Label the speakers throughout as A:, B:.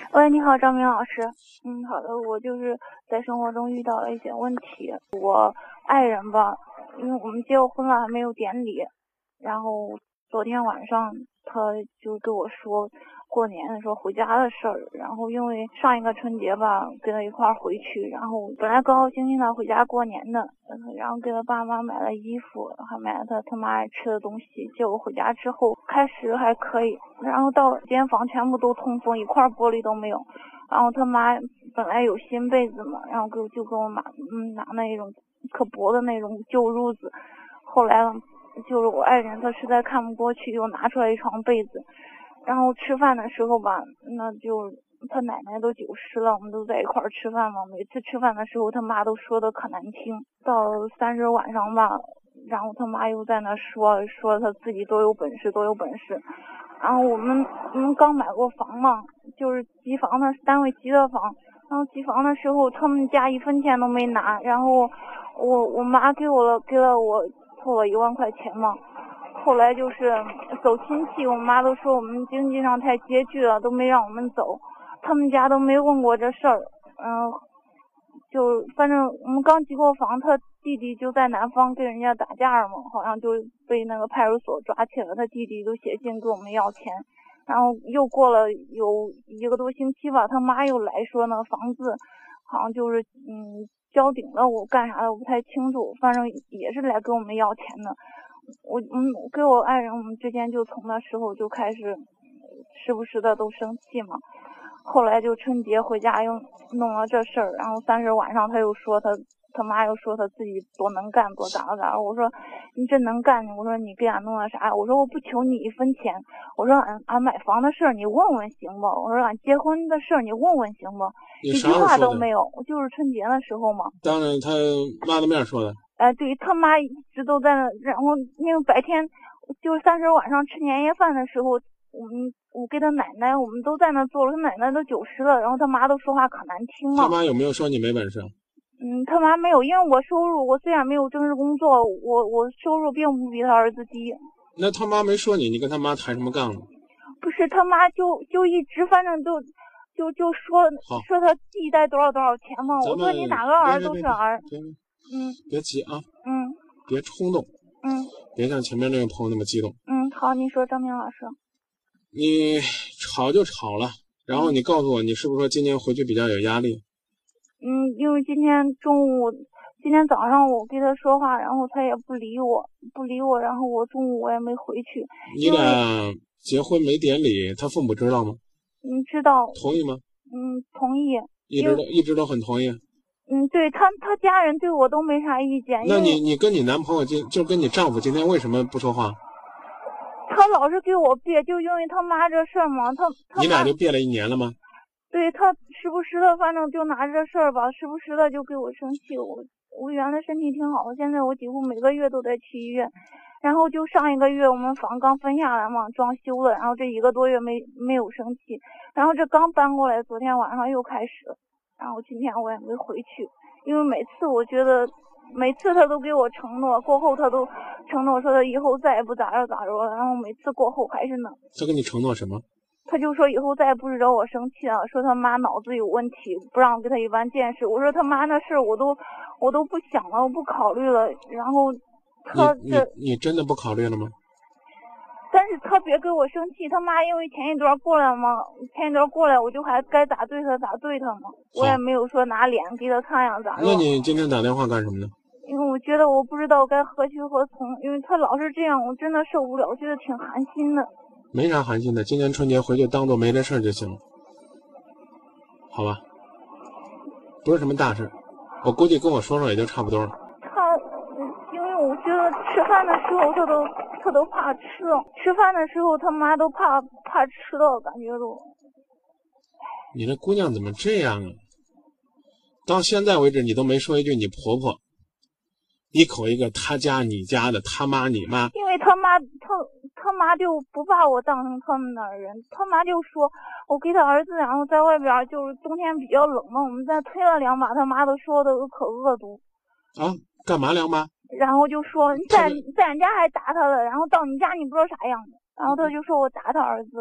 A: 喂，你好，张明老师。好的，我就是在生活中遇到了一些问题。我爱人吧，因为我们结过婚了，还没有典礼。然后昨天晚上他就跟我说过年的时候回家的事儿。然后因为上一个春节吧，跟他一块儿回去，然后本来高高兴兴的回家过年的，然后给他爸妈买了衣服，还买了他妈爱吃的东西。结果回家之后，开始还可以，然后到间房全部都通风，一块玻璃都没有。然后他妈本来有新被子嘛，然后就给我拿那种可薄的那种旧褥子。后来就是我爱人他实在看不过去，又拿出来一床被子。然后吃饭的时候吧，那就他奶奶都90了，我们都在一块儿吃饭嘛。每次吃饭的时候，他妈都说的可难听。到30晚上吧，然后他妈又在那说他自己多有本事。然后我们刚买过房嘛，就是集房的单位集的房。然后集房的时候，他们家1分钱都没拿。然后我妈给了我凑了1万块钱嘛。后来就是走亲戚，我妈都说我们经济上太拮据了，都没让我们走。他们家都没问过这事儿。就反正我们刚集过房，他弟弟就在南方跟人家打架了嘛，好像就被那个派出所抓起了。他弟弟就写信给我们要钱。然后又过了有1个多星期吧，他妈又来说那个房子好像就是交顶了，我干啥的我不太清楚，反正也是来跟我们要钱的。我跟我爱人，我们之间就从那时候就开始时不时的都生气嘛。后来就春节回家又弄了这事儿，然后30晚上他又说他妈又说他自己多能干多咋的。我说你真能干，我说你给俺弄了啥？我说我不求你1分钱，我说俺买房的事儿你问问行不？我说俺结婚的事儿你问问行不？一句话都没有，就是春节的时候嘛。
B: 当然他妈的面说的。
A: 对，他妈一直都在那。然后那个白天就是30晚上吃年夜饭的时候，我给他奶奶我们都在那坐了，他奶奶都90了，然后他妈都说话可难听了。
B: 他妈有没有说你没本事？
A: 他妈没有，因为我收入，我虽然没有正式工作，我收入并不比他儿子低。
B: 那他妈没说你跟他妈抬什么杠呢？
A: 不是，他妈就一直反正就说他弟带多少钱嘛。我说你哪个儿都是儿。
B: 别急啊。别冲动。别像前面那个朋友那么激动。
A: 好，你说张明老师。
B: 你吵就吵了，然后你告诉我，你是不是说今年回去比较有压力？
A: 因为今天早上我跟他说话，然后他也不理我，然后我中午我也没回去。
B: 你俩结婚没典礼，他父母知道吗？
A: 知道。
B: 同意吗？
A: 同意。
B: 一直都很同意。
A: 对，他家人对我都没啥意见。
B: 那你跟你男朋友就跟你丈夫今天为什么不说话？
A: 他老是给我憋，就因为他妈这事儿嘛。
B: 你俩就憋了1年了吗？
A: 对，他时不时的反正就拿这事儿吧，时不时的就给我生气。我原来身体挺好，现在我几乎每个月都得去医院。然后就上1个月我们房刚分下来嘛，装修了，然后这1个多月没有生气。然后这刚搬过来，昨天晚上又开始。然后今天我也没回去，因为每次他都给我承诺，过后他都承诺说他以后再也不咋着了。然后每次过后还是那。
B: 他跟你承诺什么？
A: 他就说以后再也不惹我生气了，说他妈脑子有问题，不让给他一般见识。我说他妈那事我都不想了，我不考虑了。然后
B: 你真的不考虑了吗？
A: 但是特别给我生气，他妈因为前一段过来我就还该咋对他嘛。我也没有说拿脸给他看呀咋。
B: 那你今天打电话干什么呢？
A: 因为我觉得我不知道该何去何从，因为他老是这样，我真的受不了，我觉得挺寒心的。
B: 没啥寒心的，今年春节回去当做没这事儿就行了，好吧？不是什么大事，我估计跟我说也就差不多了。
A: 因为我觉得吃饭的时候他都怕吃，吃饭的时候他妈都怕吃到，感觉都。
B: 你这姑娘怎么这样啊？到现在为止你都没说一句你婆婆，一口一个他家你家的，他妈你妈。
A: 因为他妈就不把我当成他们那儿人，他妈就说我给他儿子，然后在外边就是冬天比较冷嘛，我们再推了2把，他妈都说的可恶毒。
B: 干嘛2把？
A: 然后就说你在俺家还打他了，然后到你家你不知道啥样的，然后他就说我打他儿子了。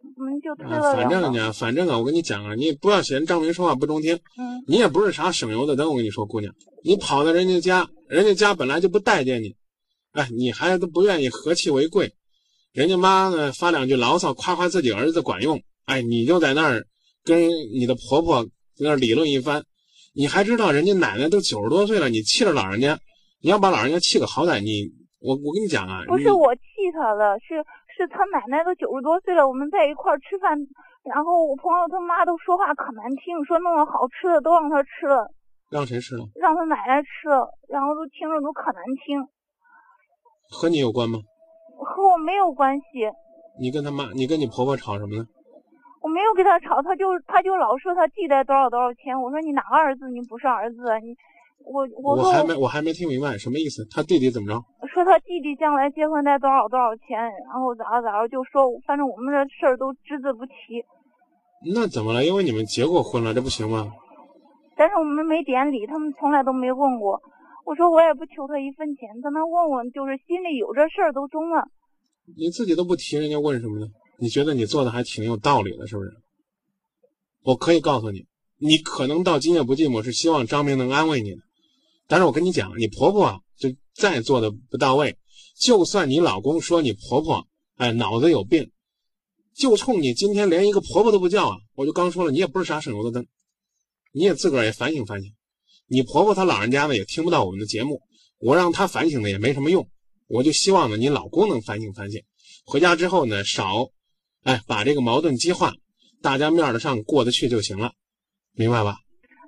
A: 我们就推了
B: 反正啊，我跟你讲啊，你不要嫌张明说话不中听。你也不是啥省油的灯，我跟你说，姑娘，你跑到人家家，人家家本来就不待见你，哎，你还都不愿意和气为贵，人家妈呢发两句牢骚，夸夸自己儿子管用，哎，你就在那儿跟你的婆婆在那儿理论一番，你还知道人家奶奶都90多岁了，你气着老人家，你要把老人家气个好歹，我跟你讲啊，
A: 不是我气他了，是他奶奶都90多岁了，我们在一块儿吃饭，然后我朋友他妈都说话可难听，说那么好吃的都让他吃了。
B: 让谁吃了？
A: 让他奶奶吃了，然后都听着都可难听。
B: 和你有关吗？
A: 和我没有关系。
B: 你跟你婆婆吵什么呢？
A: 我没有跟他吵，他就老说他弟带多少钱，我说你哪个儿子你不是儿子啊？
B: 我还没听明白什么意思？他弟弟怎么着？
A: 说他弟弟将来结婚带多少钱，然后咋着就说，反正我们这事儿都只字不提。
B: 那怎么了？因为你们结过婚了，这不行吗？
A: 但是我们没典礼，他们从来都没问过。我说我也不求他一分钱，他能问问，就是心里有这事儿都中了。
B: 你自己都不提，人家问什么呢？你觉得你做的还挺有道理的，是不是？我可以告诉你，你可能到今夜不寂寞是希望张明能安慰你的，但是我跟你讲，你婆婆啊，就再做的不到位，就算你老公说你婆婆脑子有病，就冲你今天连一个婆婆都不叫啊！我就刚说了，你也不是啥省油的灯，你也自个儿也反省反省。你婆婆她老人家呢也听不到我们的节目，我让她反省的也没什么用，我就希望呢你老公能反省反省，回家之后呢少把这个矛盾激化，大家面上过得去就行了，明白吧？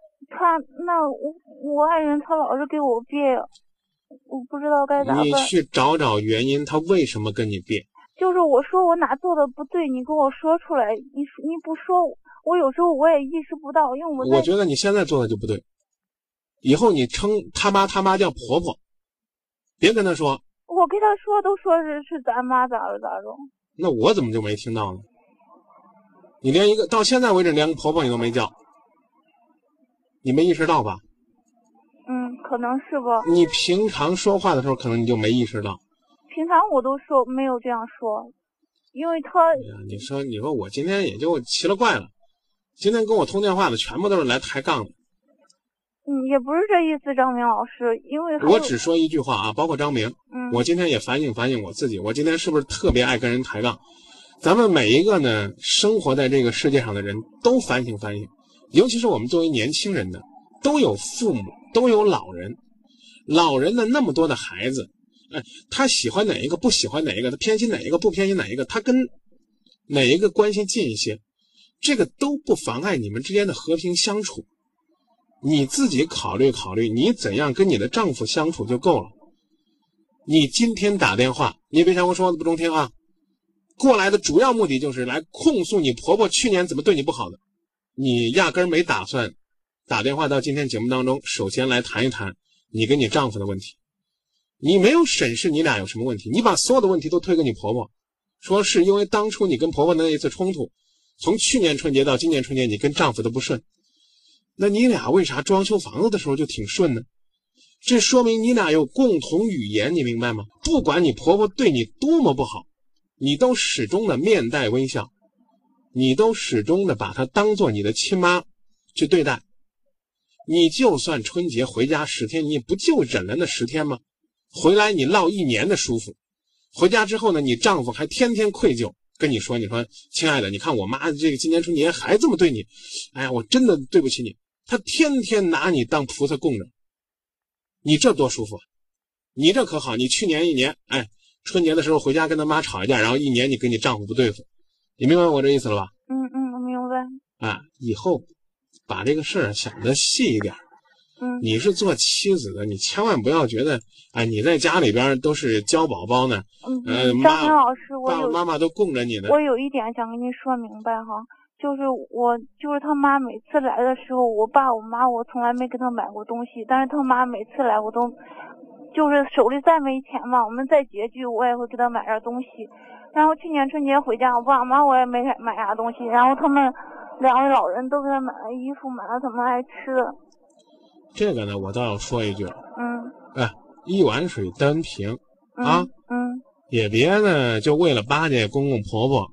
A: 我爱人他老是给我别，我不知道该咋办。
B: 你去找找原因，他为什么跟你别？
A: 就是我说我哪做的不对，你跟我说出来。你不说，我有时候我也意识不到，因为
B: 我觉得你现在做的就不对。以后你称他妈叫婆婆，别跟他说。
A: 我跟他说都说是咱妈咋着。
B: 那我怎么就没听到呢？你连一个到现在为止连个婆婆你都没叫，你没意识到吧？
A: 可能是吧。
B: 你平常说话的时候可能你就没意识到。
A: 平常我都说没有这样说，因为他。
B: 你说我今天也就奇了怪了，今天跟我通电话的全部都是来抬杠的。
A: 也不是这意思，张明老师，因为
B: 我只说一句话啊，包括张明，我今天也反省反省我自己，我今天是不是特别爱跟人抬杠？咱们每一个呢，生活在这个世界上的人都反省反省，尤其是我们作为年轻人的，都有父母，都有老人，老人的那么多的孩子，他喜欢哪一个，不喜欢哪一个，他偏心哪一个，不偏心哪一个，他跟哪一个关系近一些，这个都不妨碍你们之间的和平相处。你自己考虑考虑，你怎样跟你的丈夫相处就够了。你今天打电话，你别想我说的不中听啊，过来的主要目的就是来控诉你婆婆去年怎么对你不好的。你压根儿没打算打电话到今天节目当中，首先来谈一谈你跟你丈夫的问题。你没有审视你俩有什么问题，你把所有的问题都推给你婆婆，说是因为当初你跟婆婆的那一次冲突，从去年春节到今年春节你跟丈夫都不顺，那你俩为啥装修房子的时候就挺顺呢？这说明你俩有共同语言，你明白吗？不管你婆婆对你多么不好，你都始终的面带微笑，你都始终的把她当做你的亲妈去对待。你就算春节回家10天，你不就忍了那10天吗？回来你落1年的舒服，回家之后呢，你丈夫还天天愧疚，跟你说亲爱的，你看我妈这个今年春节还这么对你，哎呀，我真的对不起你。她天天拿你当菩萨供着，你这多舒服啊！你这可好，你去年1年，春节的时候回家跟他妈吵一架，然后1年你跟你丈夫不对付，你明白我这意思了吧？
A: 我明白。
B: 以后把这个事儿想得细一点。你是做妻子的，你千万不要觉得，你在家里边都是教宝宝呢。
A: 张明老师，
B: 爸爸妈妈都供着你呢。
A: 我有一点想跟您说明白哈。就是他妈每次来的时候，我爸我妈我从来没给他买过东西，但是他妈每次来我都就是手里再没钱嘛，我们再拮据我也会给他买点东西。然后去年春节回家，我爸妈我也没买啥东西，然后他们2位老人都给他买了衣服，买了他们爱吃的。
B: 这个呢我倒要说一句，一碗水端平啊，也别呢就为了巴结公公婆婆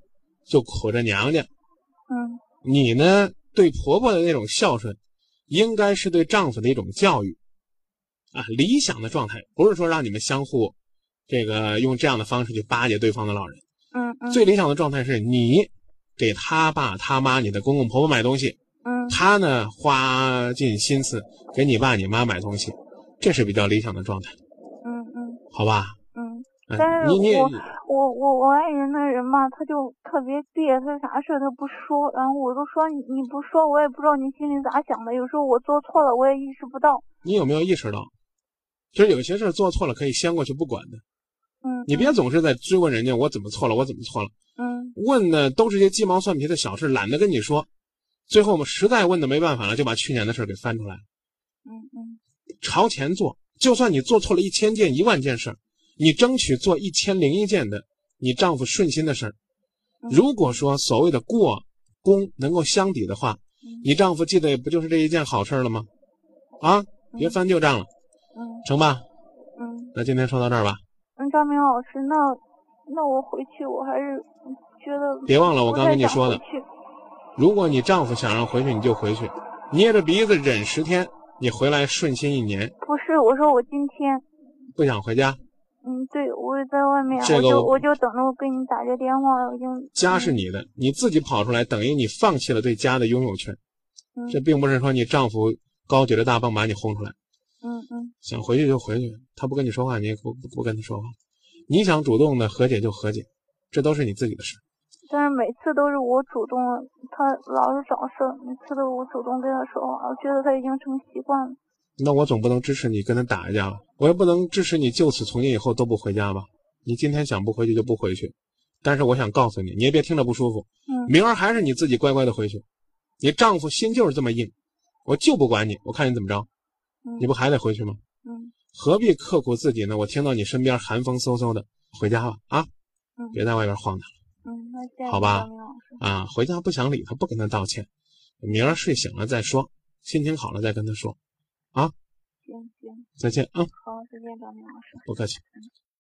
B: 就苦着娘家。你呢，对婆婆的那种孝顺，应该是对丈夫的一种教育啊。理想的状态不是说让你们相互这个用这样的方式去巴结对方的老人。最理想的状态是你给他爸他妈你的公公婆婆买东西，他呢花尽心思给你爸你妈买东西，这是比较理想的状态。好吧。
A: 但是我爱人的人嘛，他就特别别，他啥事他不说，然后我都说你不说，我也不知道你心里咋想的。有时候我做错了，我也意识不到。
B: 你有没有意识到，其实有些事做错了可以先过去不管的。你别总是在追问人家我怎么错了，我怎么错了。问的都是些鸡毛蒜皮的小事，懒得跟你说。最后我们实在问的没办法了，就把去年的事给翻出来了。朝前做，就算你做错了1000件10000件事，你争取做1001件的你丈夫顺心的事。如果说所谓的过功能够相抵的话，你丈夫记得也不就是这一件好事了吗？啊，别翻旧账了。成吧？那今天说到这儿吧。
A: 张明老师，那我回去我还是觉得
B: 别忘了我刚跟你说的，如果你丈夫想让回去你就回去，捏着鼻子忍10天，你回来顺心1年。
A: 不是，我说我今天
B: 不想回家。
A: 对，我也在外面，我就等着我给你打这电话。
B: 家是你的，你自己跑出来，等于你放弃了对家的拥有权。这并不是说你丈夫高举着大棒把你轰出来。想回去就回去，他不跟你说话，你也不跟他说话。你想主动的和解就和解，这都是你自己的事。
A: 但是每次都是我主动，他老是找事，每次都是我主动跟他说话，我觉得他已经成习惯了。
B: 那我总不能支持你跟他打一架吧，我也不能支持你就此从今以后都不回家吧。你今天想不回去就不回去，但是我想告诉你，你也别听着不舒服。明儿还是你自己乖乖的回去。你丈夫心就是这么硬，我就不管你，我看你怎么着。你不还得回去吗？何必刻苦自己呢？我听到你身边寒风嗖嗖的，回家吧啊！别在外边晃荡了。
A: 那谢谢
B: 好吧？啊，回家不想理他，不跟他道歉，明儿睡醒了再说，心情好了再跟他说。啊，
A: 行，
B: 再见啊。
A: 好，再见，张明老师。
B: 不客气。